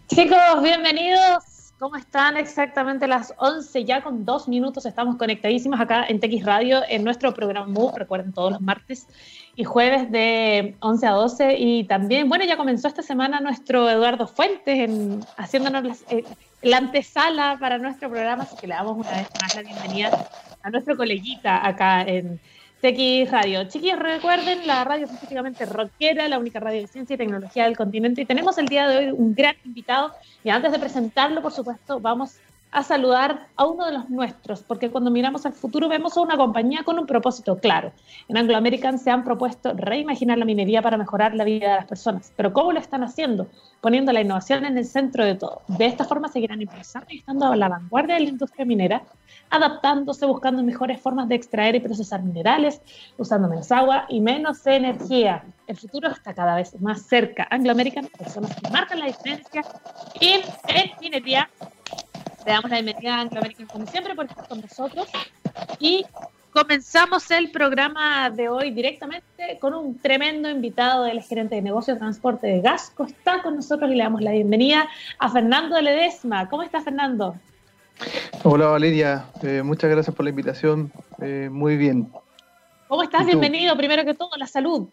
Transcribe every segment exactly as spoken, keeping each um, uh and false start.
Chicos, bienvenidos. ¿Cómo están? Exactamente las once, ya con dos minutos estamos conectadísimos acá en T X Radio en nuestro programa Move. Recuerden, todos los martes y jueves de once a doce. Y también, bueno, ya comenzó esta semana nuestro Eduardo Fuentes en, haciéndonos las, eh, la antesala para nuestro programa, así que le damos una vez más la bienvenida a nuestro coleguita acá en T X Radio. Chiquillos, recuerden, la radio científicamente rockera, la única radio de ciencia y tecnología del continente. Y tenemos el día de hoy un gran invitado. Y antes de presentarlo, por supuesto, vamos a saludar a uno de los nuestros, porque cuando miramos al futuro vemos a una compañía con un propósito claro. En Anglo American se han propuesto reimaginar la minería para mejorar la vida de las personas. Pero ¿cómo lo están haciendo? Poniendo la innovación en el centro de todo. De esta forma seguirán impulsando y estando a la vanguardia de la industria minera, adaptándose, buscando mejores formas de extraer y procesar minerales, usando menos agua y menos energía. El futuro está cada vez más cerca. Anglo American, personas que marcan la diferencia en, en minería. Le damos la bienvenida a Anglo American, como siempre, por estar con nosotros. Y comenzamos el programa de hoy directamente con un tremendo invitado. Él es gerente de negocio de transporte de Gasco. Está con nosotros y le damos la bienvenida a Fernando Ledesma. ¿Cómo está, Fernando? Hola, Valeria. Eh, muchas gracias por la invitación. Eh, muy bien. ¿Cómo estás? Bienvenido. Primero que todo, la salud.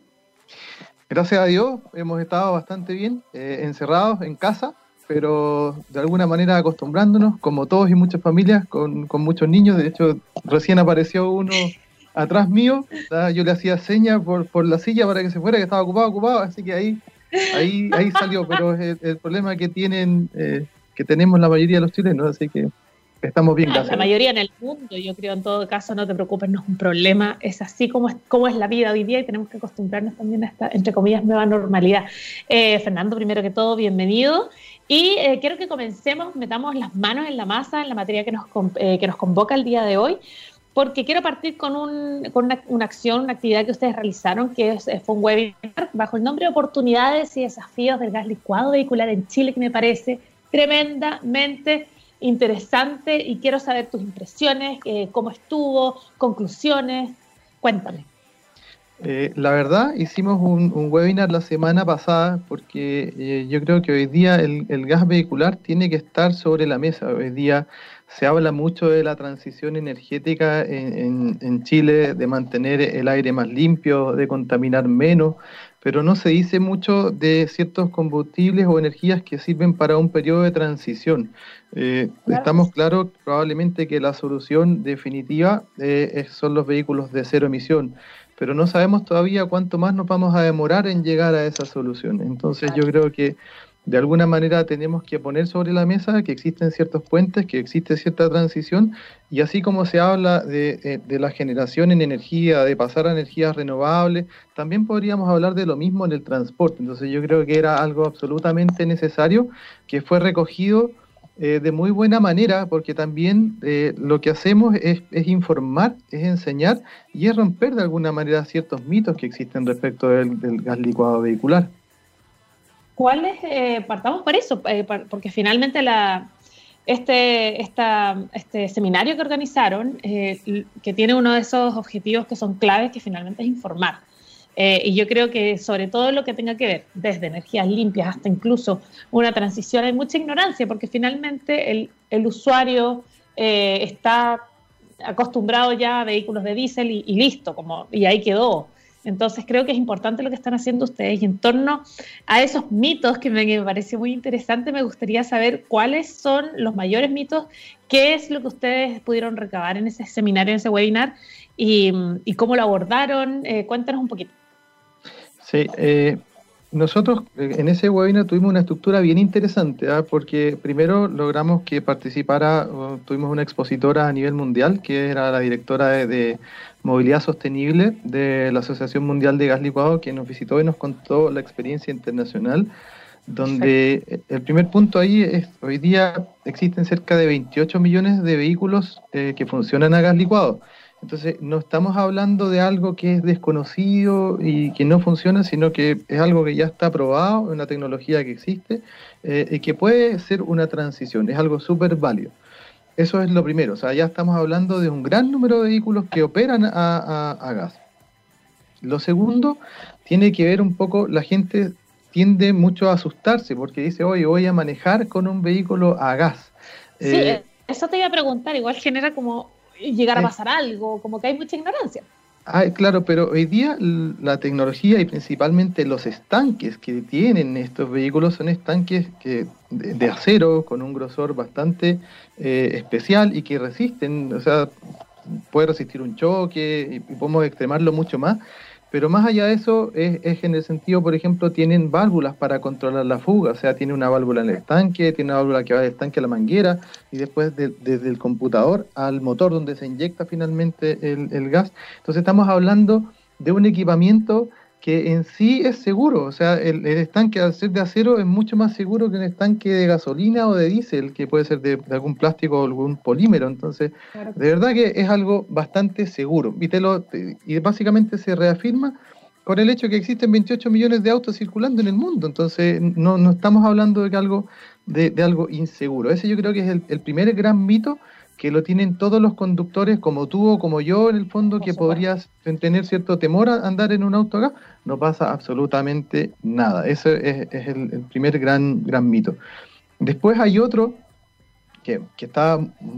Gracias a Dios, hemos estado bastante bien, eh, encerrados en casa, pero de alguna manera acostumbrándonos, como todos y muchas familias, con, con muchos niños. De hecho, recién apareció uno atrás mío, ¿sabes? Yo le hacía señas por, por la silla para que se fuera, que estaba ocupado, ocupado, así que ahí, ahí, ahí salió. Pero es el, el problema que tienen, eh, que tenemos la mayoría de los chilenos, así que estamos bien, gracias. La mayoría en el mundo, yo creo, en todo caso, no te preocupes, no es un problema, es así como es, como es la vida hoy día y tenemos que acostumbrarnos también a esta, entre comillas, nueva normalidad. Eh, Fernando, primero que todo, bienvenido. Y eh, quiero que comencemos, metamos las manos en la masa, en la materia que nos, eh, que nos convoca el día de hoy, porque quiero partir con, un, con una, una acción, una actividad que ustedes realizaron, que es, fue un webinar bajo el nombre de Oportunidades y Desafíos del Gas Licuado Vehicular en Chile, que me parece tremendamente interesante, y quiero saber tus impresiones, eh, cómo estuvo, conclusiones. Cuéntame. Eh, la verdad, hicimos un, un webinar la semana pasada porque eh, yo creo que hoy día el, el gas vehicular tiene que estar sobre la mesa. Hoy día se habla mucho de la transición energética en, en, en Chile, de mantener el aire más limpio, de contaminar menos, pero no se dice mucho de ciertos combustibles o energías que sirven para un periodo de transición. Eh, claro. Estamos claros probablemente que la solución definitiva eh, son los vehículos de cero emisión, pero no sabemos todavía cuánto más nos vamos a demorar en llegar a esa solución. Entonces yo creo que de alguna manera tenemos que poner sobre la mesa que existen ciertos puentes, que existe cierta transición, y así como se habla de, de, de la generación en energía, de pasar a energías renovables, también podríamos hablar de lo mismo en el transporte. Entonces yo creo que era algo absolutamente necesario, que fue recogido Eh, de muy buena manera, porque también eh, lo que hacemos es, es informar, es enseñar y es romper de alguna manera ciertos mitos que existen respecto del, del gas licuado vehicular. ¿Cuáles? Eh, partamos por eso, eh, porque finalmente la, este, esta, este seminario que organizaron, eh, que tiene uno de esos objetivos que son claves, que finalmente es informar. Eh, y yo creo que sobre todo lo que tenga que ver, desde energías limpias hasta incluso una transición, hay mucha ignorancia, porque finalmente el, el usuario eh, está acostumbrado ya a vehículos de diésel y, y listo, como, y ahí quedó. Entonces creo que es importante lo que están haciendo ustedes, y en torno a esos mitos que me, que me pareció muy interesante, me gustaría saber cuáles son los mayores mitos, qué es lo que ustedes pudieron recabar en ese seminario, en ese webinar, y, y cómo lo abordaron. Eh, cuéntanos un poquito. Sí, eh, nosotros en ese webinar tuvimos una estructura bien interesante, ¿eh? Porque primero logramos que participara, uh, tuvimos una expositora a nivel mundial, que era la directora de, de Movilidad Sostenible de la Asociación Mundial de Gas Licuado, que nos visitó y nos contó la experiencia internacional, donde Perfecto. El primer punto ahí es, hoy día existen cerca de veintiocho millones de vehículos eh, que funcionan a gas licuado. Entonces, no estamos hablando de algo que es desconocido y que no funciona, sino que es algo que ya está probado, una tecnología que existe eh, y que puede ser una transición, es algo súper válido. Eso es lo primero, o sea, ya estamos hablando de un gran número de vehículos que operan a, a, a gas. Lo segundo tiene que ver un poco, la gente tiende mucho a asustarse porque dice, oye, voy a manejar con un vehículo a gas. Sí, eh, eso te iba a preguntar, igual genera como llegar a pasar eh, algo, como que hay mucha ignorancia. Ah, claro, pero hoy día la tecnología y principalmente los estanques que tienen estos vehículos son estanques que, de, de acero con un grosor bastante eh, especial y que resisten, o sea, puede resistir un choque y, y podemos extremarlo mucho más, pero más allá de eso es, es en el sentido, por ejemplo, tienen válvulas para controlar la fuga, o sea, tiene una válvula en el estanque, tiene una válvula que va del estanque a la manguera y después de, desde el computador al motor donde se inyecta finalmente el, el gas. Entonces estamos hablando de un equipamiento que en sí es seguro, o sea, el, el estanque al ser de acero es mucho más seguro que un estanque de gasolina o de diésel, que puede ser de, de algún plástico o algún polímero. Entonces, claro, de verdad que es algo bastante seguro. Y, te lo, te, y básicamente se reafirma con el hecho que existen veintiocho millones de autos circulando en el mundo. Entonces, no, no estamos hablando de algo, de, de algo inseguro. Ese yo creo que es el, el primer gran mito que lo tienen todos los conductores, como tú o como yo, en el fondo, que podrías tener cierto temor a andar en un auto acá. No pasa absolutamente nada. Ese es, es el, el primer gran, gran mito. Después hay otro que, que está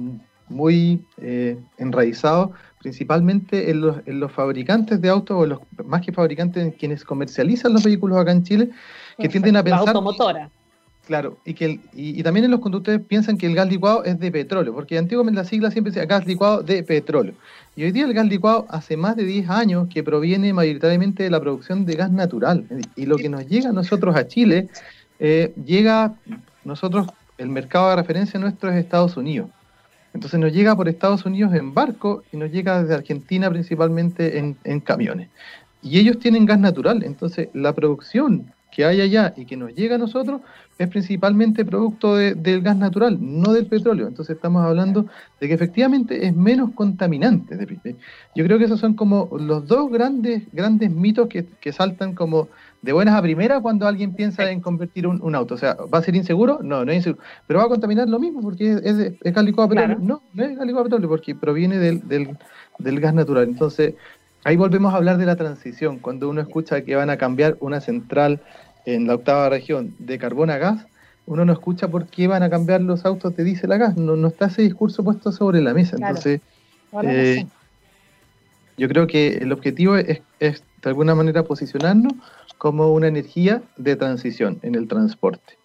muy eh, enraizado, principalmente en los, en los fabricantes de autos, o los, más que fabricantes, en quienes comercializan los vehículos acá en Chile, que Perfecto. tienden a pensar... La automotora. Claro, y que el, y, y también en los conductores piensan que el gas licuado es de petróleo, porque antiguamente la sigla siempre decía gas licuado de petróleo. Y hoy día el gas licuado hace más de diez años que proviene mayoritariamente de la producción de gas natural. Y lo que nos llega a nosotros a Chile, eh, llega, nosotros, el mercado de referencia nuestro es Estados Unidos. Entonces nos llega por Estados Unidos en barco y nos llega desde Argentina principalmente en, en camiones. Y ellos tienen gas natural, entonces la producción que hay allá y que nos llega a nosotros es principalmente producto de, del gas natural, no del petróleo. Entonces estamos hablando de que efectivamente es menos contaminante. Yo creo que esos son como los dos grandes grandes mitos que, que saltan como de buenas a primeras cuando alguien piensa en convertir un, un auto. O sea, ¿va a ser inseguro? No, no es inseguro. ¿Pero va a contaminar lo mismo porque es, es, es gas licuado a petróleo? Claro. No, no es gas licuado a petróleo porque proviene del, del, del gas natural. Entonces, ahí volvemos a hablar de la transición. Cuando uno escucha que van a cambiar una central en la octava región de carbón a gas, uno no escucha por qué van a cambiar los autos de diésel a gas, no, no está ese discurso puesto sobre la mesa. Claro. Entonces, eh, yo creo que el objetivo es, es de alguna manera posicionarnos como una energía de transición en el transporte.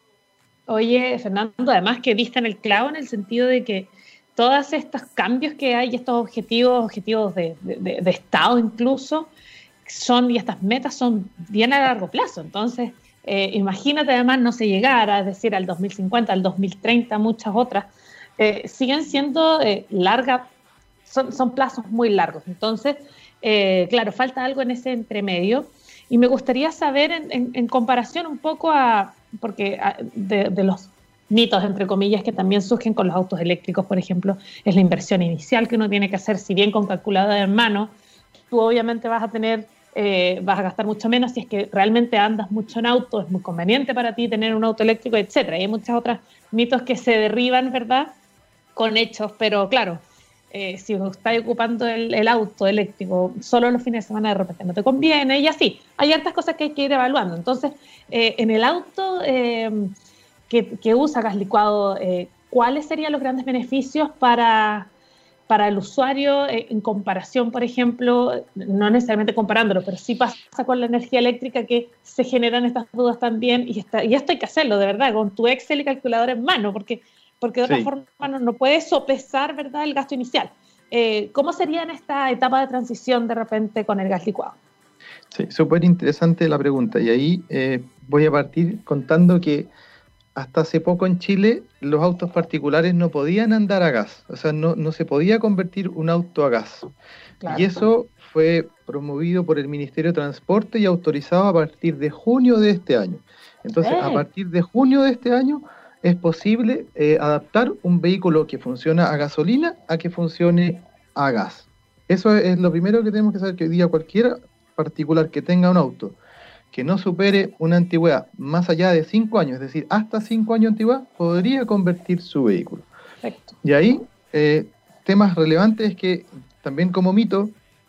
Oye, Fernando, además que diste en el clavo en el sentido de que todos estos cambios que hay, estos objetivos, objetivos de, de, de Estado incluso, son, y estas metas son bien a largo plazo. Entonces, eh, imagínate además no se llegara, es decir, al dos mil cincuenta, al dos mil treinta, muchas otras, eh, siguen siendo eh, largas, son, son plazos muy largos. Entonces, eh, claro, falta algo en ese entremedio. Y me gustaría saber, en, en, en comparación un poco a, porque a, de, de los mitos, entre comillas, que también surgen con los autos eléctricos, por ejemplo, es la inversión inicial que uno tiene que hacer, si bien con calculadora en mano, tú obviamente vas a tener, eh, vas a gastar mucho menos si es que realmente andas mucho en auto, es muy conveniente para ti tener un auto eléctrico, etcétera. Y hay muchos otros mitos que se derriban, ¿verdad?, con hechos, pero claro, eh, si estás ocupando el, el auto eléctrico solo los fines de semana, de repente no te conviene, y así. Hay hartas cosas que hay que ir evaluando. Entonces, eh, en el auto eh, que, que usa gas licuado, eh, ¿cuáles serían los grandes beneficios para... para el usuario eh, en comparación, por ejemplo, no necesariamente comparándolo, pero sí pasa con la energía eléctrica, que se generan estas dudas también, y, está, y esto hay que hacerlo, de verdad, con tu Excel y calculadora en mano, porque, porque de otra sí. forma no, no puedes sopesar, ¿verdad?, el gasto inicial. Eh, ¿Cómo sería en esta etapa de transición de repente con el gas licuado? Sí, súper interesante la pregunta, y ahí eh, voy a partir contando que hasta hace poco en Chile los autos particulares no podían andar a gas, o sea, no, no se podía convertir un auto a gas. Claro. Y eso fue promovido por el Ministerio de Transporte y autorizado a partir de junio de este año. Entonces, ¡Eh! a partir de junio de este año es posible eh, adaptar un vehículo que funciona a gasolina a que funcione a gas. Eso es, es lo primero que tenemos que saber, que hoy día cualquier particular que tenga un auto que no supere una antigüedad más allá de cinco años, es decir, hasta cinco años de antigüedad, podría convertir su vehículo. Perfecto. Y ahí, eh, temas relevantes es que, también como mito,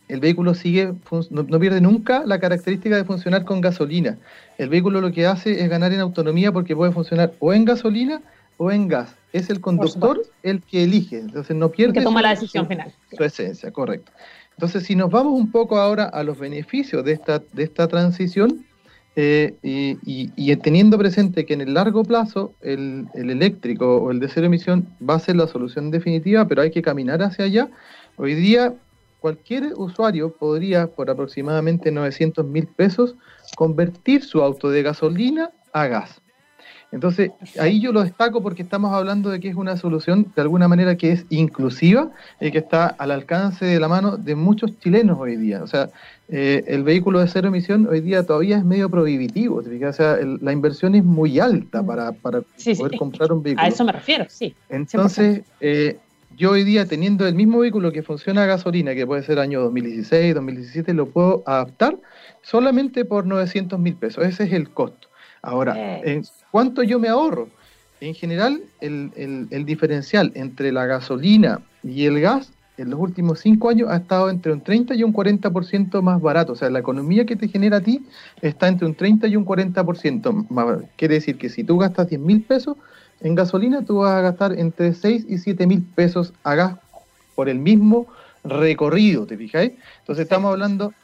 el vehículo sigue, no, no pierde nunca la característica de funcionar con gasolina. El vehículo lo que hace es ganar en autonomía porque puede funcionar o en gasolina o en gas. Es el conductor el que elige, entonces no pierde el que toma su, la decisión su, final. Su esencia, correcto. Entonces, si nos vamos un poco ahora a los beneficios de esta, de esta transición, eh, y, y, y teniendo presente que en el largo plazo el, el eléctrico o el de cero emisión va a ser la solución definitiva, pero hay que caminar hacia allá. Hoy día cualquier usuario podría, por aproximadamente novecientos mil pesos, convertir su auto de gasolina a gas. Entonces, ahí yo lo destaco porque estamos hablando de que es una solución de alguna manera que es inclusiva y que está al alcance de la mano de muchos chilenos hoy día. O sea, eh, el vehículo de cero emisión hoy día todavía es medio prohibitivo. O sea, el, la inversión es muy alta para, para sí, poder sí. comprar un vehículo. A eso me refiero, sí. Entonces, eh, yo hoy día teniendo el mismo vehículo que funciona a gasolina, que puede ser año dos mil dieciséis, dos mil diecisiete, lo puedo adaptar solamente por novecientos mil pesos. Ese es el costo. Ahora, ¿en cuánto yo me ahorro? En general, el, el, el diferencial entre la gasolina y el gas en los últimos cinco años ha estado entre un treinta y un cuarenta por ciento más barato. O sea, la economía que te genera a ti está entre un treinta y un cuarenta por ciento más barato. Quiere decir que si tú gastas diez mil pesos en gasolina, tú vas a gastar entre seis y siete mil pesos a gas por el mismo recorrido, ¿te fijáis? Entonces estamos hablando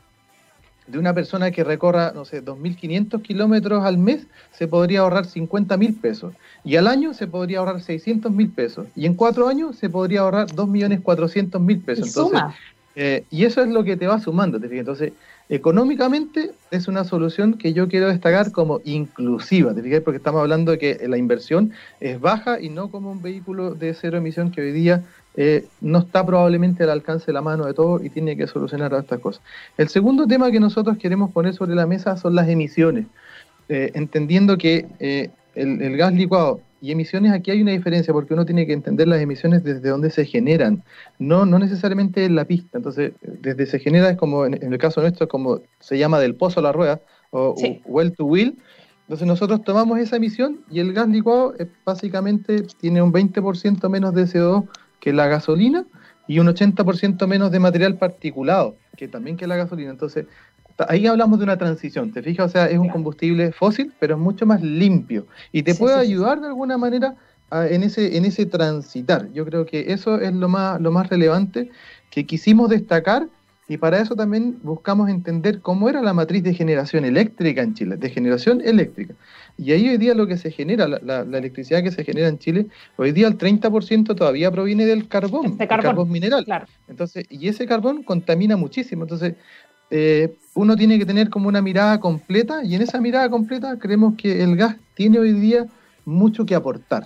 de una persona que recorra, no sé, dos mil quinientos kilómetros al mes, se podría ahorrar cincuenta mil pesos. Y al año se podría ahorrar seiscientos mil pesos. Y en cuatro años se podría ahorrar dos millones cuatrocientos mil pesos. Entonces, eh, y eso es lo que te va sumando, ¿te fijas? Entonces, económicamente es una solución que yo quiero destacar como inclusiva, ¿te fijas? Porque estamos hablando de que la inversión es baja y no como un vehículo de cero emisión que hoy día Eh, no está probablemente al alcance de la mano de todos y tiene que solucionar estas cosas. El segundo tema que nosotros queremos poner sobre la mesa son las emisiones, eh, entendiendo que eh, el, el gas licuado y emisiones, aquí hay una diferencia porque uno tiene que entender las emisiones desde donde se generan, no, no necesariamente en la pista. Entonces, desde se genera es como, en, en el caso nuestro, como se llama del pozo a la rueda, o sí. well to wheel. Entonces nosotros tomamos esa emisión y el gas licuado eh, básicamente tiene un veinte por ciento menos de C O dos que la gasolina y un ochenta por ciento menos de material particulado, que también que la gasolina. Entonces, ahí hablamos de una transición, ¿te fijas? O sea, es un combustible fósil, pero es mucho más limpio y te sí, puede sí, ayudar sí. de alguna manera a, en, ese, en ese transitar. Yo creo que eso es lo más, lo más relevante que quisimos destacar y para eso también buscamos entender cómo era la matriz de generación eléctrica en Chile, de generación eléctrica. Y ahí hoy día lo que se genera, la, la, la electricidad que se genera en Chile, hoy día el treinta por ciento todavía proviene del carbón, este el carbón, carbón mineral. Claro. Entonces, y ese carbón contamina muchísimo. Entonces, eh, uno tiene que tener como una mirada completa y en esa mirada completa creemos que el gas tiene hoy día mucho que aportar.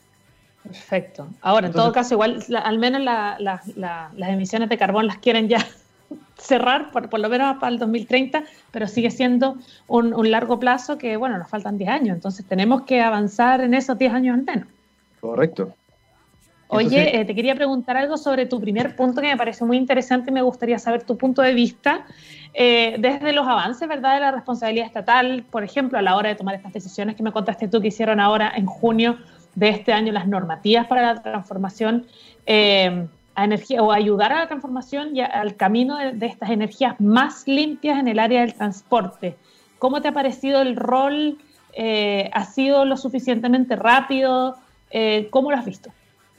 Perfecto. Ahora, Entonces, en todo caso, igual, la, al menos la, la, la, las emisiones de carbón las quieren ya cerrar, por, por lo menos para el dos mil treinta, pero sigue siendo un, un largo plazo que, bueno, nos faltan diez años, entonces tenemos que avanzar en esos diez años al menos. Correcto. Oye, entonces, eh, te quería preguntar algo sobre tu primer punto que me parece muy interesante y me gustaría saber tu punto de vista eh, desde los avances, ¿verdad?, de la responsabilidad estatal, por ejemplo, a la hora de tomar estas decisiones que me contaste tú que hicieron ahora en junio de este año, las normativas para la transformación eh, a energía o ayudar a la transformación y al camino de, de estas energías más limpias en el área del transporte. ¿Cómo te ha parecido el rol? Eh, ¿Ha sido lo suficientemente rápido? Eh, ¿Cómo lo has visto?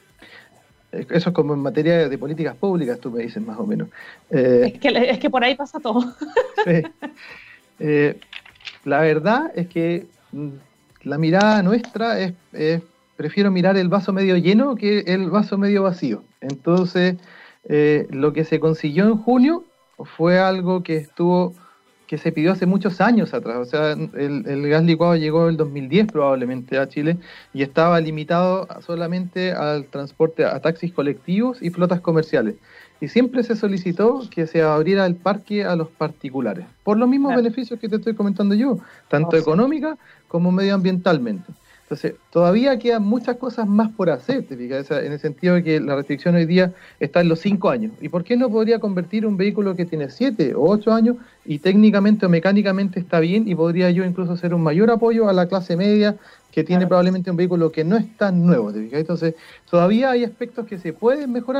Eso es como en materia de políticas públicas, tú me dices más o menos. Eh, es, que, es que por ahí pasa todo. Sí. Eh, la verdad es que la mirada nuestra es, es prefiero mirar el vaso medio lleno que el vaso medio vacío. Entonces, eh, lo que se consiguió en junio fue algo que estuvo, que se pidió hace muchos años atrás. O sea, el, el gas licuado llegó en el dos mil diez probablemente a Chile y estaba limitado solamente al transporte a taxis colectivos y flotas comerciales. Y siempre se solicitó que se abriera el parque a los particulares, por los mismos claro. beneficios que te estoy comentando yo, tanto oh, económica sí. como medioambientalmente. Entonces, todavía quedan muchas cosas más por hacer, ¿te fijas? O sea, en el sentido de que la restricción hoy día está en los cinco años. ¿Y por qué no podría convertir un vehículo que tiene siete o ocho años y técnicamente o mecánicamente está bien y podría yo incluso hacer un mayor apoyo a la clase media que tiene claro. probablemente un vehículo que no es tan nuevo, ¿te fijas? Entonces, todavía hay aspectos que se pueden mejorar.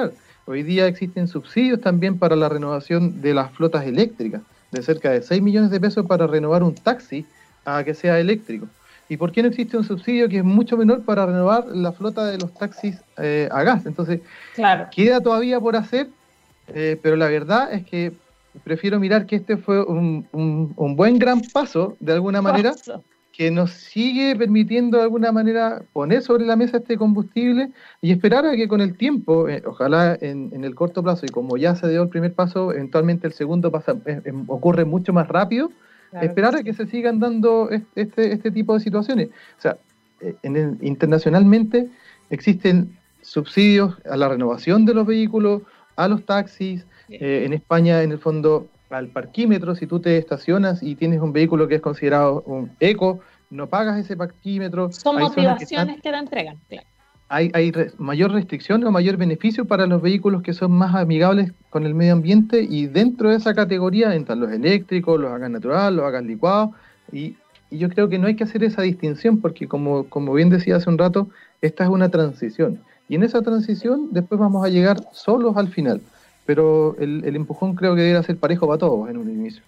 Hoy día existen subsidios también para la renovación de las flotas eléctricas, de cerca de seis millones de pesos para renovar un taxi a que sea eléctrico. ¿Y por qué no existe un subsidio que es mucho menor para renovar la flota de los taxis eh, a gas? Entonces, claro, queda todavía por hacer, eh, pero la verdad es que prefiero mirar que este fue un, un, un buen gran paso, de alguna manera, paso. que nos sigue permitiendo de alguna manera poner sobre la mesa este combustible y esperar a que con el tiempo, eh, ojalá en, en el corto plazo, y como ya se dio el primer paso, eventualmente el segundo pasa, eh, eh, ocurre mucho más rápido, claro, esperar a que se sigan dando este, este tipo de situaciones. O sea, en el, internacionalmente existen subsidios a la renovación de los vehículos, a los taxis, eh, en España en el fondo al parquímetro. Si tú te estacionas y tienes un vehículo que es considerado un eco, no pagas ese parquímetro. Son hay motivaciones que, están, que te entregan, claro. Hay, hay re, mayor restricción o mayor beneficio para los vehículos que son más amigables con el medio ambiente, y dentro de esa categoría entran los eléctricos, los a gas natural, los a gas licuado, y, y yo creo que no hay que hacer esa distinción porque, como, como bien decía hace un rato, esta es una transición, y en esa transición después vamos a llegar solos al final, pero el, el empujón creo que debe ser parejo para todos en un inicio.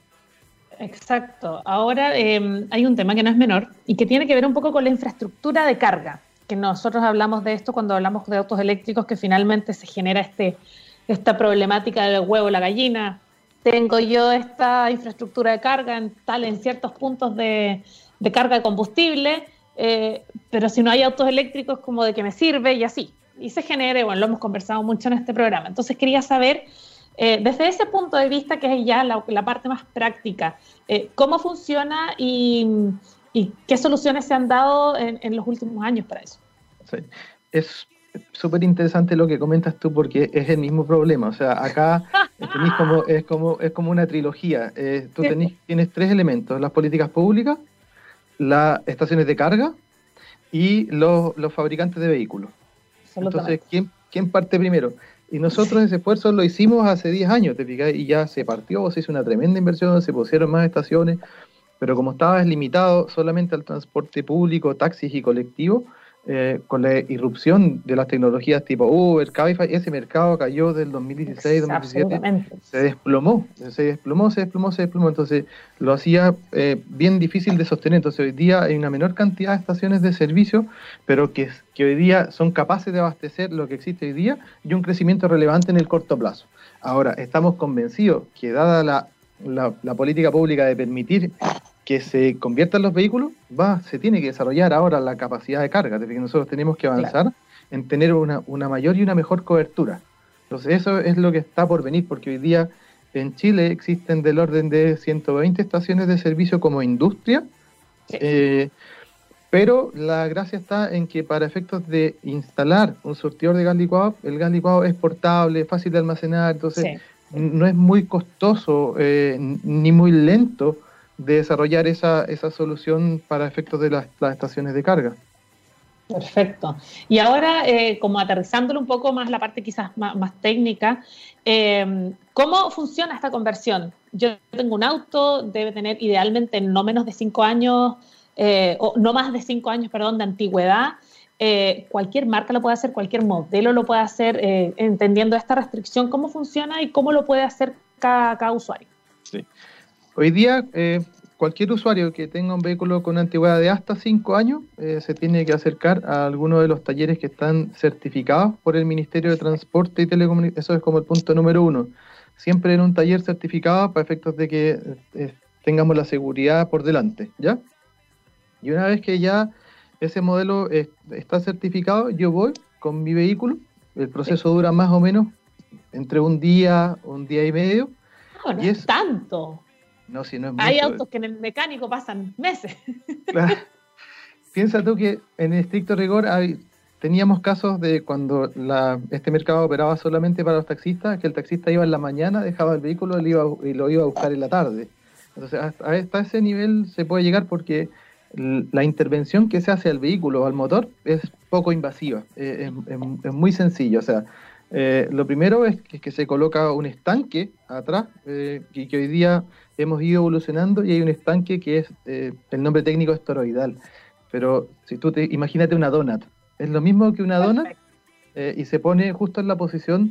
Exacto. Ahora eh, hay un tema que no es menor y que tiene que ver un poco con la infraestructura de carga, que nosotros hablamos de esto cuando hablamos de autos eléctricos, que finalmente se genera este, esta problemática del huevo, la gallina. Tengo yo esta infraestructura de carga en, tal, en ciertos puntos de, de carga de combustible, eh, pero si no hay autos eléctricos, como de qué me sirve, y así. Y se genera, bueno, lo hemos conversado mucho en este programa. Entonces quería saber, eh, desde ese punto de vista, que es ya la, la parte más práctica, eh, cómo funciona y... ¿Y qué soluciones se han dado en, en los últimos años para eso? Sí. Es súper interesante lo que comentas tú, porque es el mismo problema. O sea, acá tenés como, es, como, es como una trilogía. Eh, tú tenés, tienes tres elementos: las políticas públicas, las estaciones de carga y los, los fabricantes de vehículos. Entonces, ¿quién, ¿quién parte primero? Y nosotros ese esfuerzo lo hicimos hace diez años, ¿te fijas? Y ya se partió, se hizo una tremenda inversión, se pusieron más estaciones. Pero como estabas limitado solamente al transporte público, taxis y colectivos, eh, con la irrupción de las tecnologías tipo Uber, Cabify, ese mercado cayó del dos mil dieciséis, dos mil diecisiete, se desplomó, se desplomó, se desplomó, se desplomó, entonces lo hacía eh, bien difícil de sostener. Entonces hoy día hay una menor cantidad de estaciones de servicio, pero que, que hoy día son capaces de abastecer lo que existe hoy día, y un crecimiento relevante en el corto plazo. Ahora, estamos convencidos que dada la, la, la política pública de permitir que se conviertan los vehículos, va, se tiene que desarrollar ahora la capacidad de carga, de que nosotros tenemos que avanzar, claro, en tener una, una mayor y una mejor cobertura. Entonces eso es lo que está por venir, porque hoy día en Chile existen del orden de ciento veinte estaciones de servicio como industria, sí. eh, pero la gracia está en que para efectos de instalar un surtidor de gas licuado, el gas licuado es portable, fácil de almacenar, entonces sí. no es muy costoso eh, ni muy lento de desarrollar esa, esa solución para efectos de las, las estaciones de carga. Perfecto. Y ahora, eh, como aterrizándolo un poco más la parte quizás más, más técnica, eh, ¿cómo funciona esta conversión? Yo tengo un auto, debe tener idealmente no menos de cinco años, eh, o no más de cinco años, perdón, de antigüedad. Eh, cualquier marca lo puede hacer, cualquier modelo lo puede hacer, eh, entendiendo esta restricción, ¿cómo funciona y cómo lo puede hacer cada, cada usuario? Sí. Hoy día, eh, cualquier usuario que tenga un vehículo con antigüedad de hasta cinco años eh, se tiene que acercar a alguno de los talleres que están certificados por el Ministerio de Transporte y Telecomunicaciones. Eso es como el punto número uno. Siempre en un taller certificado para efectos de que eh, tengamos la seguridad por delante, ¿ya? Y una vez que ya ese modelo eh, está certificado, yo voy con mi vehículo. El proceso dura más o menos entre un día, un día y medio. No, no y es, es tanto. No, si no es Hay mucho. autos que en el mecánico pasan meses. Claro. Piensa tú que en estricto rigor hay, teníamos casos de cuando la, este mercado operaba solamente para los taxistas, que el taxista iba en la mañana, dejaba el vehículo y, iba, y lo iba a buscar en la tarde. Entonces, hasta, hasta ese nivel se puede llegar porque la intervención que se hace al vehículo o al motor es poco invasiva, eh, es, es, es muy sencillo. O sea, eh, lo primero es que, que se coloca un estanque atrás, eh, y que hoy día hemos ido evolucionando, y hay un estanque que es, eh, el nombre técnico es toroidal, pero si tú te imagínate una donut, es lo mismo que una donut, eh, y se pone justo en la posición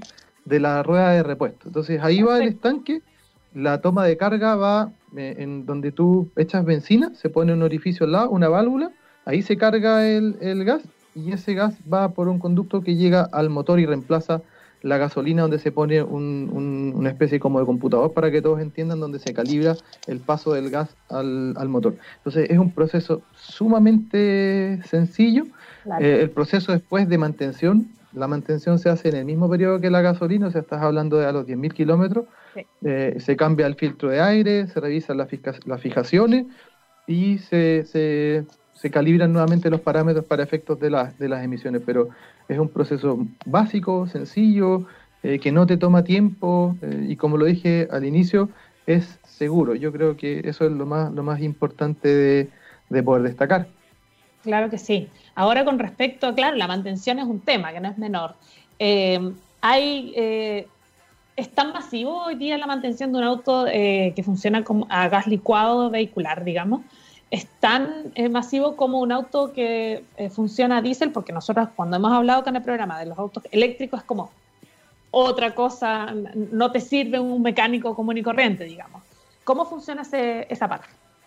de la rueda de repuesto. Entonces ahí va el estanque, la toma de carga va eh, en donde tú echas benzina, se pone un orificio al lado, una válvula, ahí se carga el, el gas y ese gas va por un conducto que llega al motor y reemplaza la gasolina, donde se pone un, un, una especie como de computador para que todos entiendan, donde se calibra el paso del gas al, al motor. Entonces es un proceso sumamente sencillo. Claro. Eh, el proceso después de mantención, la mantención se hace en el mismo periodo que la gasolina, o sea, estás hablando de a los diez mil kilómetros, sí. eh, se cambia el filtro de aire, se revisan las, fija, las fijaciones y se, se, se calibran nuevamente los parámetros para efectos de, la, de las emisiones, pero es un proceso básico, sencillo, eh, que no te toma tiempo eh, y como lo dije al inicio, es seguro. Yo creo que eso es lo más, lo más importante de, de poder destacar. Claro que sí. Ahora con respecto a, claro, la mantención es un tema que no es menor. Eh, hay, eh, ¿Es tan masivo hoy día la mantención de un auto eh, que funciona como a gas licuado vehicular, digamos? ¿Es tan eh, masivo como un auto que eh, funciona a diésel? Porque nosotros cuando hemos hablado acá en el programa de los autos eléctricos es como otra cosa, no te sirve un mecánico común y corriente, digamos. ¿Cómo funciona ese, esa parte?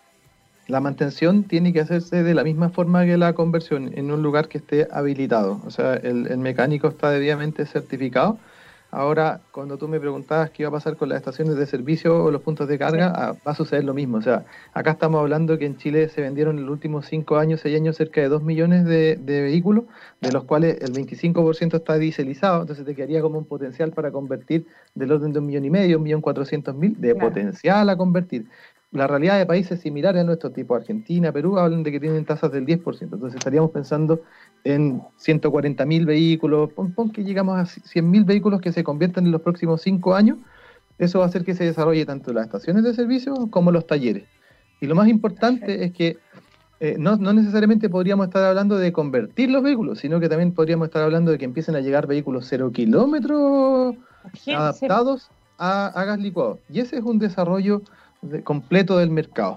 La mantención tiene que hacerse de la misma forma que la conversión, en un lugar que esté habilitado. O sea, el, el mecánico está debidamente certificado. Ahora, cuando tú me preguntabas qué iba a pasar con las estaciones de servicio o los puntos de carga, sí. ah, va a suceder lo mismo. O sea, acá estamos hablando que en Chile se vendieron en los últimos cinco años, seis años, cerca de dos millones de, de vehículos, de los cuales el veinticinco por ciento está dieselizado. Entonces te quedaría como un potencial para convertir del orden de un millón y medio, un millón cuatrocientos mil, de claro. potencial a convertir. La realidad de países similares a nuestro tipo, Argentina, Perú, hablan de que tienen tasas del diez por ciento. Entonces estaríamos pensando en ciento cuarenta mil vehículos, pon, pon que llegamos a cien mil vehículos que se conviertan en los próximos cinco años. Eso va a hacer que se desarrolle tanto las estaciones de servicio como los talleres. Y lo más importante es que eh, no, no necesariamente podríamos estar hablando de convertir los vehículos, sino que también podríamos estar hablando de que empiecen a llegar vehículos cero kilómetros adaptados a, a gas licuado. Y ese es un desarrollo de, completo del mercado.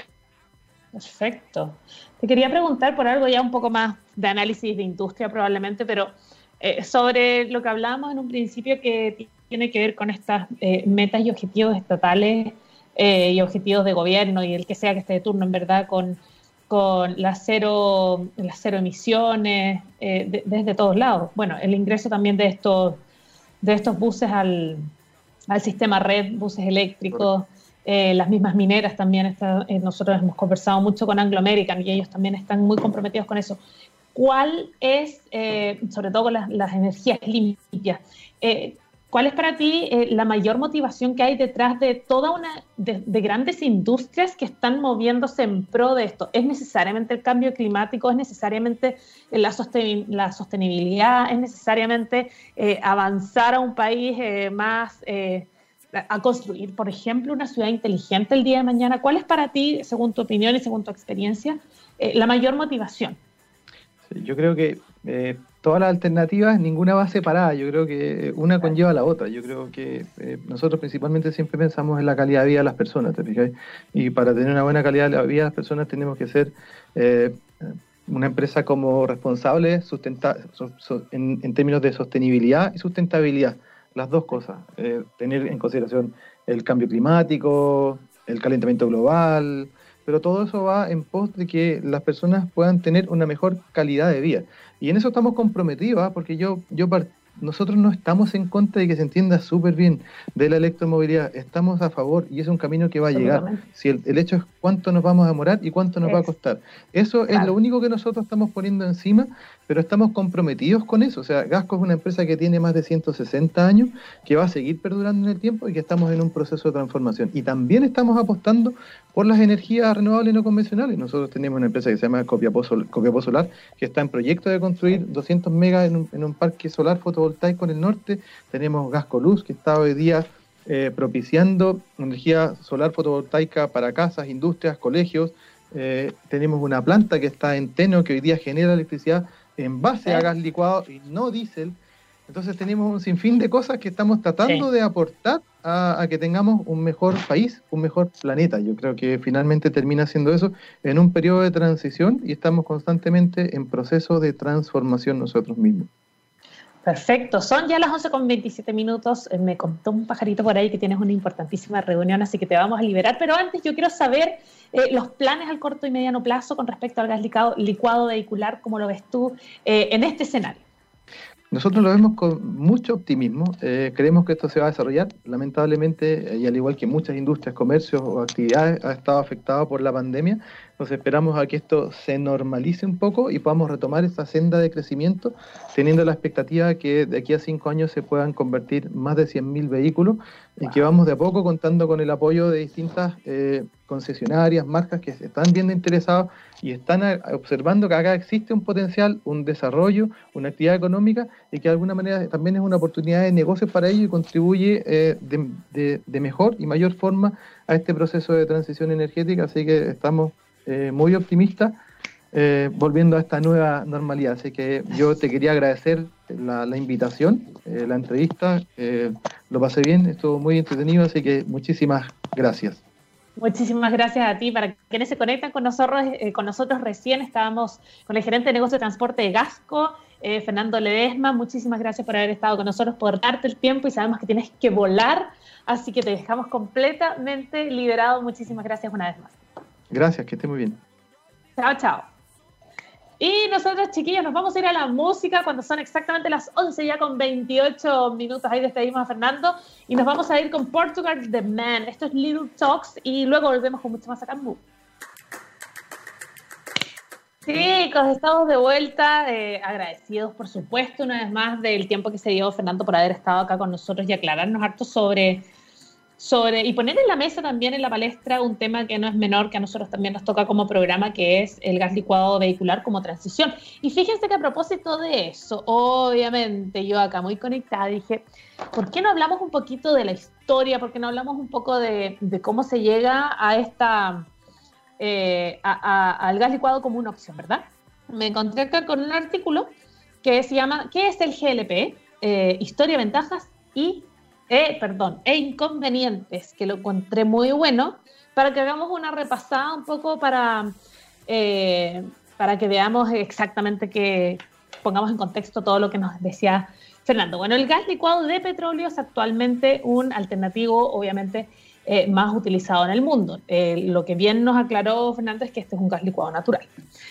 Perfecto. Te quería preguntar por algo ya un poco más de análisis de industria probablemente, pero eh, sobre lo que hablábamos en un principio que tiene que ver con estas eh, metas y objetivos estatales eh, y objetivos de gobierno y el que sea que esté de turno, en verdad, con, con las cero, las cero emisiones eh, de, desde todos lados. Bueno, el ingreso también de estos, de estos buses al, al sistema red, buses eléctricos. Eh, las mismas mineras también, está, eh, nosotros hemos conversado mucho con Anglo American y ellos también están muy comprometidos con eso. ¿Cuál es, eh, sobre todo con las, las energías limpias, eh, cuál es para ti eh, la mayor motivación que hay detrás de toda una, de, de grandes industrias que están moviéndose en pro de esto? ¿Es necesariamente el cambio climático? ¿Es necesariamente la, sosten la sostenibilidad? ¿Es necesariamente eh, avanzar a un país eh, más... Eh, a construir, por ejemplo, una ciudad inteligente el día de mañana? ¿Cuál es para ti, según tu opinión y según tu experiencia, eh, la mayor motivación? Sí, yo creo que eh, todas las alternativas, ninguna va separada. Yo creo que una conlleva a la otra. Yo creo que eh, nosotros principalmente siempre pensamos en la calidad de vida de las personas, ¿te fijas? Y para tener una buena calidad de vida de las personas tenemos que ser eh, una empresa como responsable sustenta so, so, en, en términos de sostenibilidad y sustentabilidad. Las dos cosas, eh, tener en consideración el cambio climático, el calentamiento global, pero todo eso va en pos de que las personas puedan tener una mejor calidad de vida. Y en eso estamos comprometidos, ¿eh? porque yo, yo nosotros no estamos en contra de que se entienda súper bien de la electromovilidad, estamos a favor y es un camino que va a llegar. Si el, el hecho es cuánto nos vamos a demorar y cuánto nos es. va a costar. Eso claro. es lo único que nosotros estamos poniendo encima, pero estamos comprometidos con eso. O sea, Gasco es una empresa que tiene más de ciento sesenta años, que va a seguir perdurando en el tiempo y que estamos en un proceso de transformación. Y también estamos apostando por las energías renovables no convencionales. Nosotros tenemos una empresa que se llama Copiapó, Sol, Copiapó Solar, que está en proyecto de construir doscientos megas en un, en un parque solar fotovoltaico en el norte. Tenemos Gasco Luz, que está hoy día eh, propiciando energía solar fotovoltaica para casas, industrias, colegios. Eh, tenemos una planta que está en Teno, que hoy día genera electricidad en base a gas licuado y no diésel. Entonces tenemos un sinfín de cosas que estamos tratando sí. de aportar a, a que tengamos un mejor país, un mejor planeta. Yo creo que finalmente termina siendo eso en un periodo de transición y estamos constantemente en proceso de transformación nosotros mismos. Perfecto, son ya las once con veintisiete minutos, me contó un pajarito por ahí que tienes una importantísima reunión, así que te vamos a liberar, pero antes yo quiero saber eh, los planes al corto y mediano plazo con respecto al gas licuado, licuado vehicular, ¿cómo lo ves tú eh, en este escenario? Nosotros lo vemos con mucho optimismo, eh, creemos que esto se va a desarrollar, lamentablemente, y al igual que muchas industrias, comercios o actividades, ha estado afectado por la pandemia, entonces esperamos a que esto se normalice un poco y podamos retomar esta senda de crecimiento, teniendo la expectativa de que de aquí a cinco años se puedan convertir más de cien mil vehículos y que vamos de a poco contando con el apoyo de distintas eh, concesionarias, marcas que se están viendo interesados y están a, observando que acá existe un potencial, un desarrollo, una actividad económica y que de alguna manera también es una oportunidad de negocios para ellos y contribuye eh, de, de, de mejor y mayor forma a este proceso de transición energética, así que estamos eh, muy optimistas eh, volviendo a esta nueva normalidad, así que yo te quería agradecer la, la invitación, eh, la entrevista, eh, lo pasé bien, estuvo muy entretenido, así que muchísimas gracias. Muchísimas gracias a ti. Para quienes se conectan con nosotros, eh, con nosotros recién estábamos con el gerente de negocio de transporte de Gasco, eh, Fernando Ledesma. Muchísimas gracias por haber estado con nosotros, por darte el tiempo y sabemos que tienes que volar, así que te dejamos completamente liberado. Muchísimas gracias una vez más. Gracias, que esté muy bien. Chao, chao. Y nosotros, chiquillos, nos vamos a ir a la música cuando son exactamente las once ya con veintiocho minutos. Ahí despedimos a Fernando y nos vamos a ir con Portugal The Man. Esto es Little Talks y luego volvemos con mucho más acá en Move. Chicos, estamos de vuelta, eh, agradecidos por supuesto una vez más del tiempo que se dio Fernando por haber estado acá con nosotros y aclararnos harto sobre... Sobre, y poner en la mesa también en la palestra un tema que no es menor, que a nosotros también nos toca como programa, que es el gas licuado vehicular como transición. Y fíjense que a propósito de eso, obviamente yo acá muy conectada dije, ¿por qué no hablamos un poquito de la historia? ¿Por qué no hablamos un poco de, de cómo se llega a esta, eh, a, a, al gas licuado como una opción, ¿verdad? Me encontré acá con un artículo que se llama ¿qué es el G L P? Eh, historia, ventajas y Eh, perdón, e inconvenientes, que lo encontré muy bueno, para que hagamos una repasada un poco para, eh, para que veamos exactamente que pongamos en contexto todo lo que nos decía Fernando. Bueno, el gas licuado de petróleo es actualmente un alternativo, obviamente, eh, más utilizado en el mundo. Eh, lo que bien nos aclaró Fernando es que este es un gas licuado natural.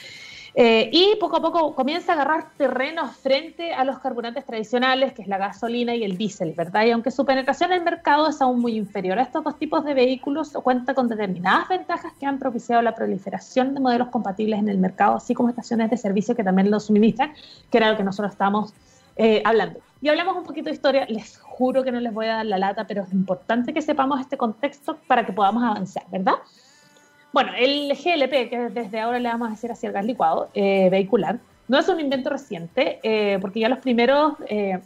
Eh, y poco a poco comienza a agarrar terreno frente a los carburantes tradicionales, que es la gasolina y el diésel, ¿verdad? Y aunque su penetración en el mercado es aún muy inferior a estos dos tipos de vehículos, cuenta con determinadas ventajas que han propiciado la proliferación de modelos compatibles en el mercado, así como estaciones de servicio que también lo suministran, que era lo que nosotros estamos eh, hablando. Y hablamos un poquito de historia, les juro que no les voy a dar la lata, pero es importante que sepamos este contexto para que podamos avanzar, ¿verdad? Bueno, el G L P, que desde ahora le vamos a decir así el gas licuado eh, vehicular, no es un invento reciente, eh, porque ya los primeros, eh,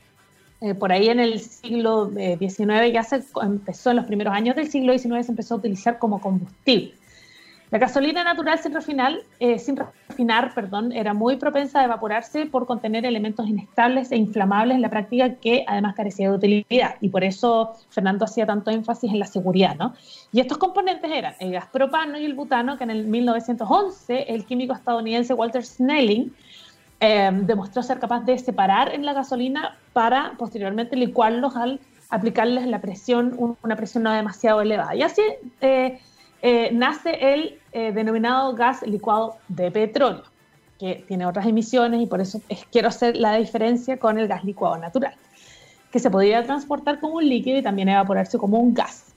eh, por ahí en el siglo diecinueve, ya se empezó, en los primeros años del siglo diecinueve se empezó a utilizar como combustible. La gasolina natural sin refinar, eh, sin refinar perdón, era muy propensa a evaporarse por contener elementos inestables e inflamables en la práctica que además carecía de utilidad. Y por eso Fernando hacía tanto énfasis en la seguridad, ¿no? Y estos componentes eran el gas propano y el butano, que en el mil novecientos once el químico estadounidense Walter Snelling eh, demostró ser capaz de separar en la gasolina para posteriormente licuarlos al aplicarles la presión, una presión no demasiado elevada. Y así... Eh, Eh, nace el eh, denominado gas licuado de petróleo, que tiene otras emisiones y por eso es, quiero hacer la diferencia con el gas licuado natural, que se podría transportar como un líquido y también evaporarse como un gas.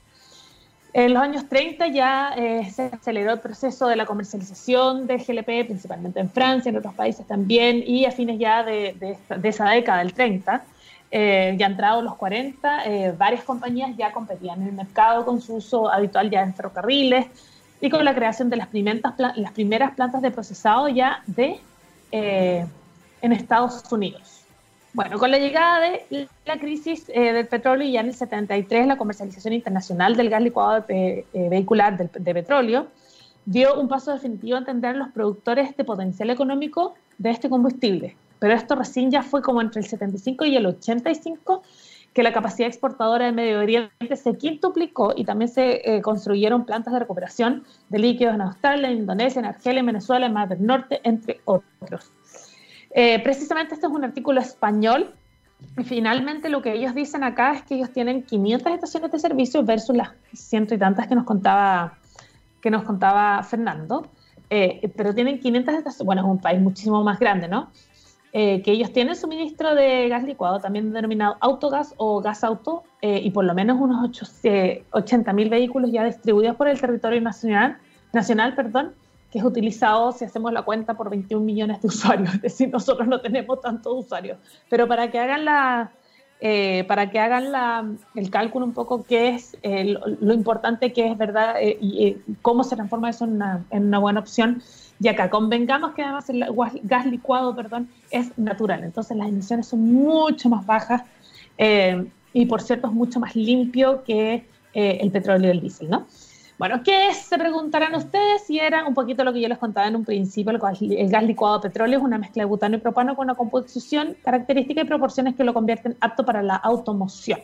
En los años treinta ya eh, se aceleró el proceso de la comercialización de G L P, principalmente en Francia, en otros países también, y a fines ya de, de, esta, de esa década, del treinta, Eh, ya entrados los cuarenta, eh, varias compañías ya competían en el mercado con su uso habitual ya en ferrocarriles y con la creación de las primeras, las primeras plantas de procesado ya de, eh, en Estados Unidos. Bueno, con la llegada de la crisis eh, del petróleo ya en el setenta y tres, la comercialización internacional del gas licuado de, eh, vehicular de, de petróleo dio un paso definitivo a entender los productores de potencial económico de este combustible. Pero esto recién ya fue como entre el setenta y cinco y el ochenta y cinco que la capacidad exportadora de Medio Oriente se quintuplicó y también se eh, construyeron plantas de recuperación de líquidos en Australia, en Indonesia, en Argelia, en Venezuela, en Mar del Norte, entre otros. Eh, precisamente este es un artículo español y finalmente lo que ellos dicen acá es que ellos tienen quinientas estaciones de servicio versus las ciento y tantas que nos contaba, que nos contaba Fernando, eh, pero tienen quinientas estaciones, bueno, es un país muchísimo más grande, ¿no? Eh, que ellos tienen suministro de gas licuado, también denominado autogas o gas auto, eh, y por lo menos unos ochenta mil vehículos ya distribuidos por el territorio nacional, nacional perdón, que es utilizado, si hacemos la cuenta, por veintiún millones de usuarios. Es decir, nosotros no tenemos tantos usuarios. Pero para que hagan la, eh, para que hagan la, el cálculo un poco qué es eh, lo, lo importante que es, ¿verdad? Eh, y eh, cómo se transforma eso en una, en una buena opción. Y acá convengamos que además el gas licuado, perdón, es natural. Entonces las emisiones son mucho más bajas eh, y, por cierto, es mucho más limpio que eh, el petróleo y el diésel, ¿no? Bueno, ¿qué es? Se preguntarán ustedes, y era un poquito lo que yo les contaba en un principio. El gas, el gas licuado de petróleo es una mezcla de butano y propano con una composición, característica y proporciones que lo convierten apto para la automoción.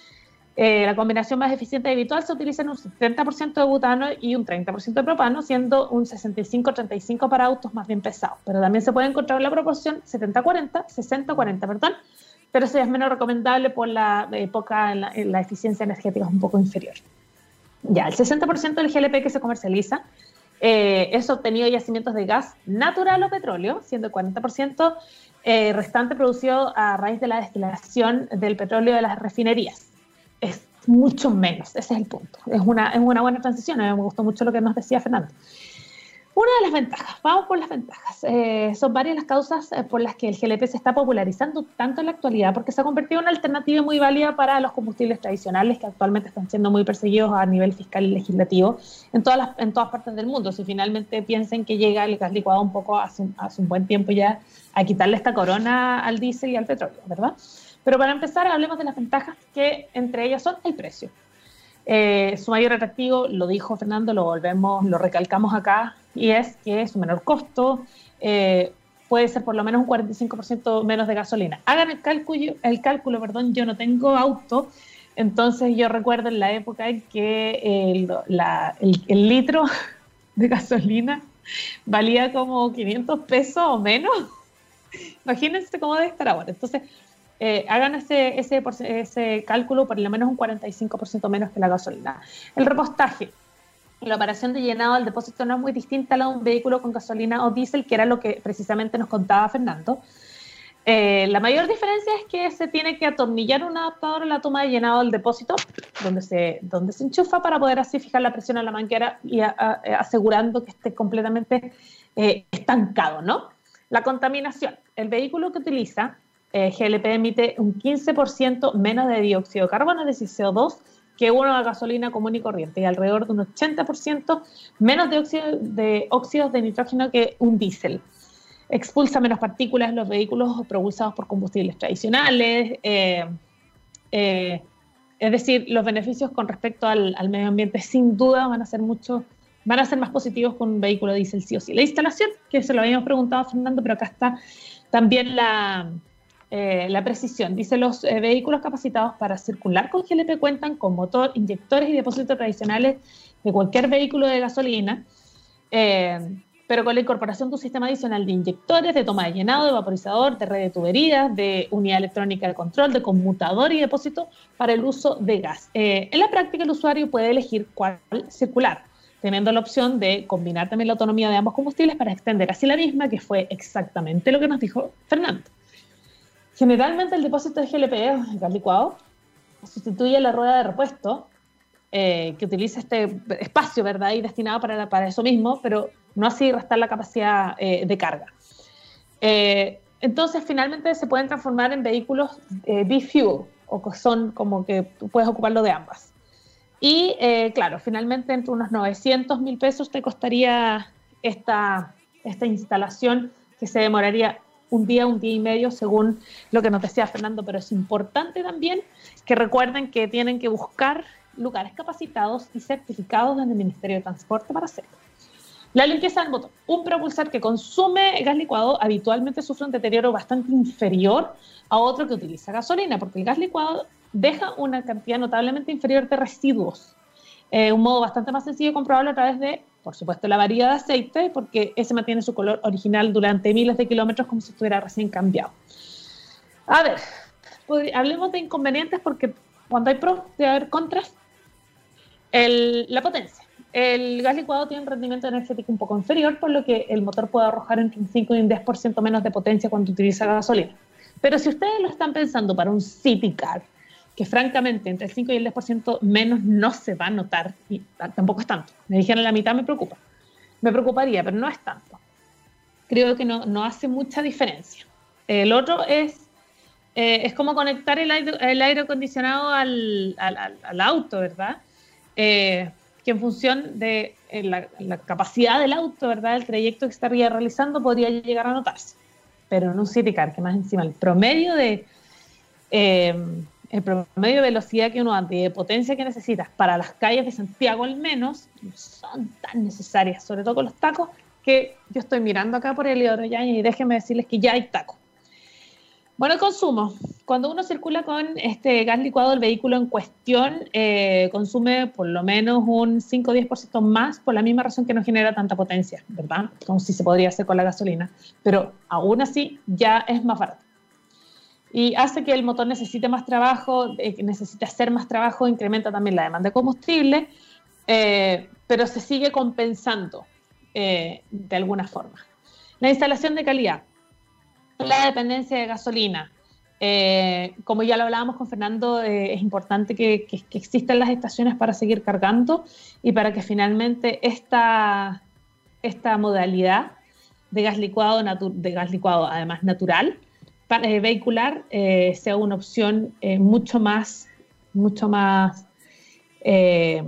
Eh, la combinación más eficiente y habitual se utiliza en un setenta por ciento de butano y un treinta por ciento de propano, siendo un sesenta y cinco treinta y cinco para autos más bien pesados. Pero también se puede encontrar la proporción setenta cuarenta, sesenta cuarenta, perdón, pero eso es menos recomendable por la época en la, en la eficiencia energética es un poco inferior. Ya, el sesenta por ciento del G L P que se comercializa eh, es obtenido de yacimientos de gas natural o petróleo, siendo el cuarenta por ciento eh, restante producido a raíz de la destilación del petróleo de las refinerías. Es mucho menos, ese es el punto. Es una, es una buena transición, a mí me gustó mucho lo que nos decía Fernando. Una de las ventajas, vamos por las ventajas. Eh, son varias las causas eh, por las que el G L P se está popularizando tanto en la actualidad, porque se ha convertido en una alternativa muy válida para los combustibles tradicionales que actualmente están siendo muy perseguidos a nivel fiscal y legislativo en todas, las, en todas partes del mundo. Si finalmente piensen que llega el gas licuado un poco hace, hace un buen tiempo ya a quitarle esta corona al diésel y al petróleo, ¿verdad? Pero para empezar, hablemos de las ventajas, que entre ellas son el precio. Eh, su mayor atractivo, lo dijo Fernando, lo volvemos, lo recalcamos acá, y es que su menor costo eh, puede ser por lo menos un cuarenta y cinco por ciento menos de gasolina. Hagan el cálculo, el cálculo, perdón, yo no tengo auto, entonces yo recuerdo en la época en que el, la, el, el litro de gasolina valía como quinientos pesos o menos. Imagínense cómo debe estar ahora. Entonces, Eh, hagan ese, ese, ese cálculo por lo menos un cuarenta y cinco por ciento menos que la gasolina. El repostaje, la operación de llenado del depósito no es muy distinta a la de un vehículo con gasolina o diésel, que era lo que precisamente nos contaba Fernando. Eh, la mayor diferencia es que se tiene que atornillar un adaptador en la toma de llenado del depósito, donde se, donde se enchufa para poder así fijar la presión a la manguera y a, a, asegurando que esté completamente eh, estancado, ¿no? La contaminación. El vehículo que utiliza Eh, G L P emite un quince por ciento menos de dióxido de carbono, es decir, C O dos, que una gasolina común y corriente, y alrededor de un ochenta por ciento menos de, óxido, de óxidos de nitrógeno que un diésel. Expulsa menos partículas los vehículos propulsados por combustibles tradicionales, eh, eh, es decir, los beneficios con respecto al, al medio ambiente sin duda van a ser mucho, van a ser más positivos con un vehículo diésel sí o sí. La instalación, que se lo habíamos preguntado a Fernando, pero acá está también la... Eh, la precisión. Dice, los eh, vehículos capacitados para circular con G L P cuentan con motor, inyectores y depósitos tradicionales de cualquier vehículo de gasolina, eh, pero con la incorporación de un sistema adicional de inyectores, de toma de llenado, de vaporizador, de red de tuberías, de unidad electrónica de control, de conmutador y depósito para el uso de gas. Eh, en la práctica, el usuario puede elegir cuál circular, teniendo la opción de combinar también la autonomía de ambos combustibles para extender así la misma, que fue exactamente lo que nos dijo Fernando. Generalmente el depósito de G L P, el gas licuado, sustituye la rueda de repuesto, eh, que utiliza este espacio, ¿verdad?, y destinado para, para eso mismo, pero no así restar la capacidad eh, de carga. Eh, entonces, finalmente se pueden transformar en vehículos eh, bi-fuel, o que son como que tú puedes ocuparlo de ambas. Y, eh, claro, finalmente entre unos novecientos mil pesos te costaría esta, esta instalación, que se demoraría un día, un día y medio, según lo que nos decía Fernando, pero es importante también que recuerden que tienen que buscar lugares capacitados y certificados en el Ministerio de Transporte para hacerlo. La limpieza del motor. Un propulsor que consume gas licuado habitualmente sufre un deterioro bastante inferior a otro que utiliza gasolina, porque el gas licuado deja una cantidad notablemente inferior de residuos. Eh, un modo bastante más sencillo y comprobable a través de por supuesto, la variedad de aceite, porque ese mantiene su color original durante miles de kilómetros como si estuviera recién cambiado. A ver, pues, hablemos de inconvenientes, porque cuando hay pros debe haber contras. El, la potencia. El gas licuado tiene un rendimiento energético un poco inferior, por lo que el motor puede arrojar entre un cinco y un diez por ciento menos de potencia cuando utiliza gasolina. Pero si ustedes lo están pensando para un city car, que francamente entre el cinco y el diez por ciento menos no se va a notar, y tampoco es tanto. Me dijeron la mitad, me preocupa. Me preocuparía, pero no es tanto. Creo que no, no hace mucha diferencia. El otro es, eh, es como conectar el aire, el aire acondicionado al, al, al, al auto, ¿verdad? Eh, que en función de eh, la, la capacidad del auto, ¿verdad?, el trayecto que estaría realizando podría llegar a notarse. Pero en un city car, que más encima el promedio de eh, el promedio de velocidad que uno anda y de potencia que necesitas para las calles de Santiago al menos, no son tan necesarias, sobre todo con los tacos, que yo estoy mirando acá por el Yáñez y déjenme decirles que ya hay tacos. Bueno, el consumo. Cuando uno circula con este gas licuado, el vehículo en cuestión eh, consume por lo menos un cinco o diez por ciento más, por la misma razón que no genera tanta potencia, ¿verdad? Como si se podría hacer con la gasolina. Pero aún así ya es más barato. Y hace que el motor necesite más trabajo, eh, necesite hacer más trabajo, incrementa también la demanda de combustible, eh, pero se sigue compensando eh, de alguna forma. La instalación de calidad. La dependencia de gasolina. Eh, como ya lo hablábamos con Fernando, eh, es importante que, que, que existan las estaciones para seguir cargando y para que finalmente esta, esta modalidad de gas licuado, natu- de gas licuado además natural, para, eh, vehicular, eh, sea una opción eh, mucho más, mucho más eh,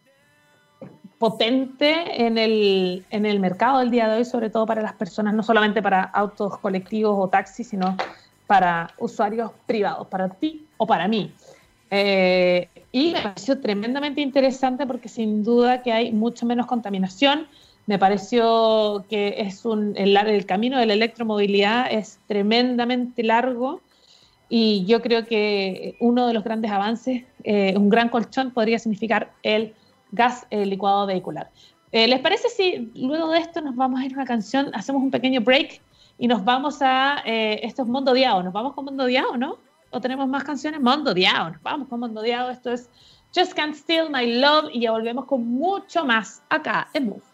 potente en el, en el mercado del día de hoy, sobre todo para las personas, no solamente para autos colectivos o taxis, sino para usuarios privados, para ti o para mí. Eh, y me pareció tremendamente interesante porque sin duda que hay mucho menos contaminación. Me pareció que es un, el, el camino de la electromovilidad es tremendamente largo y yo creo que uno de los grandes avances, eh, un gran colchón podría significar el gas eh, licuado vehicular. Eh, ¿Les parece si luego de esto nos vamos a ir a una canción, hacemos un pequeño break y nos vamos a, eh, esto es Mondo Diao, ¿nos vamos con Mondo Diao, no? ¿O tenemos más canciones? Mondo Diao, nos vamos con Mondo Diao, esto es Just Can't Steal My Love y ya volvemos con mucho más acá en Move.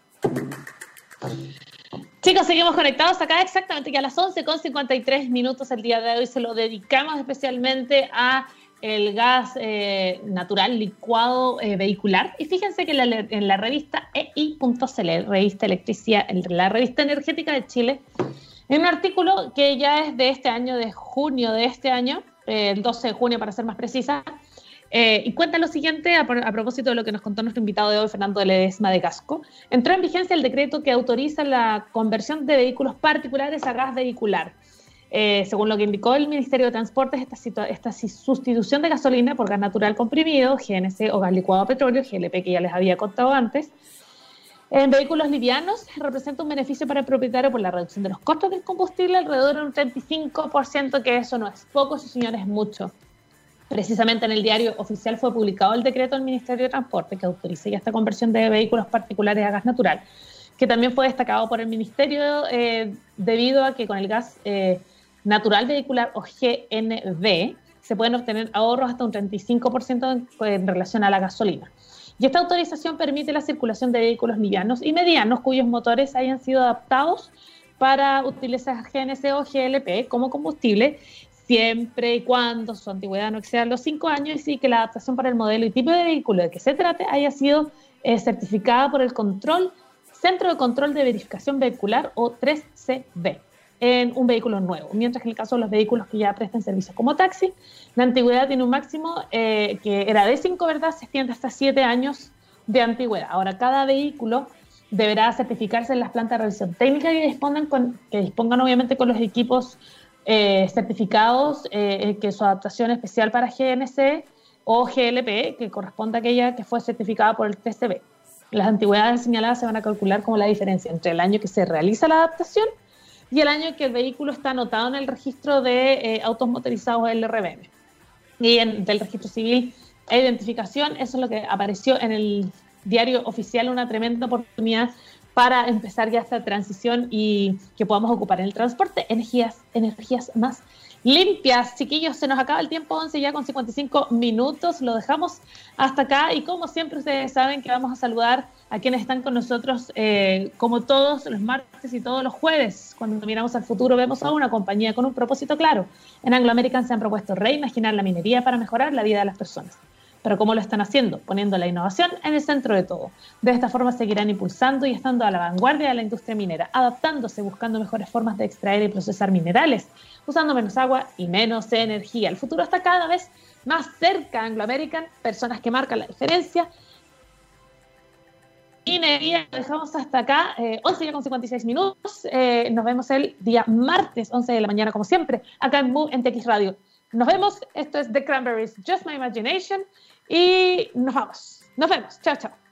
Chicos, seguimos conectados acá exactamente que a las once con cincuenta y tres minutos el día de hoy se lo dedicamos especialmente a el gas eh, natural licuado eh, vehicular. Y fíjense que la, en la revista E I punto C L, revista electricidad, la revista energética de Chile, en un artículo que ya es de este año, de junio de este año, eh, el doce de junio para ser más precisa, eh, y cuenta lo siguiente a, a propósito de lo que nos contó nuestro invitado de hoy, Fernando Ledesma de Gasco. Entró en vigencia el decreto que autoriza la conversión de vehículos particulares a gas vehicular. Eh, según lo que indicó el Ministerio de Transportes, esta, situa- esta sustitución de gasolina por gas natural comprimido, G N C o gas licuado a petróleo, G L P, que ya les había contado antes, en vehículos livianos representa un beneficio para el propietario por la reducción de los costos del combustible alrededor de un treinta y cinco por ciento, que eso no es poco, sí señores, es mucho. Precisamente en el diario oficial fue publicado el decreto del Ministerio de Transporte que autoriza ya esta conversión de vehículos particulares a gas natural, que también fue destacado por el Ministerio eh, debido a que con el gas eh, natural vehicular o G N V se pueden obtener ahorros hasta un treinta y cinco por ciento en, en relación a la gasolina. Y esta autorización permite la circulación de vehículos livianos y medianos cuyos motores hayan sido adaptados para utilizar G N C o G L P como combustible, siempre y cuando su antigüedad no exceda los cinco años y sí que la adaptación para el modelo y tipo de vehículo de que se trate haya sido eh, certificada por el control, Centro de Control de Verificación Vehicular o tres C V en un vehículo nuevo, mientras que en el caso de los vehículos que ya prestan servicio como taxi, la antigüedad tiene un máximo eh, que era de cinco, ¿verdad? Se extiende hasta siete años de antigüedad. Ahora, cada vehículo deberá certificarse en las plantas de revisión técnica que dispongan, con, que dispongan obviamente con los equipos eh, certificados, eh, que su adaptación especial para G N C o G L P, que corresponde a aquella que fue certificada por el T C B. Las antigüedades señaladas se van a calcular como la diferencia entre el año que se realiza la adaptación y el año que el vehículo está anotado en el registro de eh, autos motorizados L R B M. Y en, del registro civil e identificación, eso es lo que apareció en el, diario oficial, una tremenda oportunidad para empezar ya esta transición y que podamos ocupar en el transporte energías, energías más limpias. Chiquillos, se nos acaba el tiempo, once ya con cincuenta y cinco minutos, lo dejamos hasta acá y como siempre ustedes saben que vamos a saludar a quienes están con nosotros eh, como todos los martes y todos los jueves. Cuando miramos al futuro vemos a una compañía con un propósito claro. En Anglo American se han propuesto reimaginar la minería para mejorar la vida de las personas. Pero ¿cómo lo están haciendo? Poniendo la innovación en el centro de todo. De esta forma seguirán impulsando y estando a la vanguardia de la industria minera, adaptándose, buscando mejores formas de extraer y procesar minerales, usando menos agua y menos energía. El futuro está cada vez más cerca. Anglo American, personas que marcan la diferencia. Minería, dejamos hasta acá, eh, once ya con cincuenta y seis minutos. Eh, nos vemos el día martes, once de la mañana, como siempre, acá en Move en T X Radio. Nos vemos, esto es The Cranberries, Just My Imagination, y nos vamos. Nos vemos, chao, chao.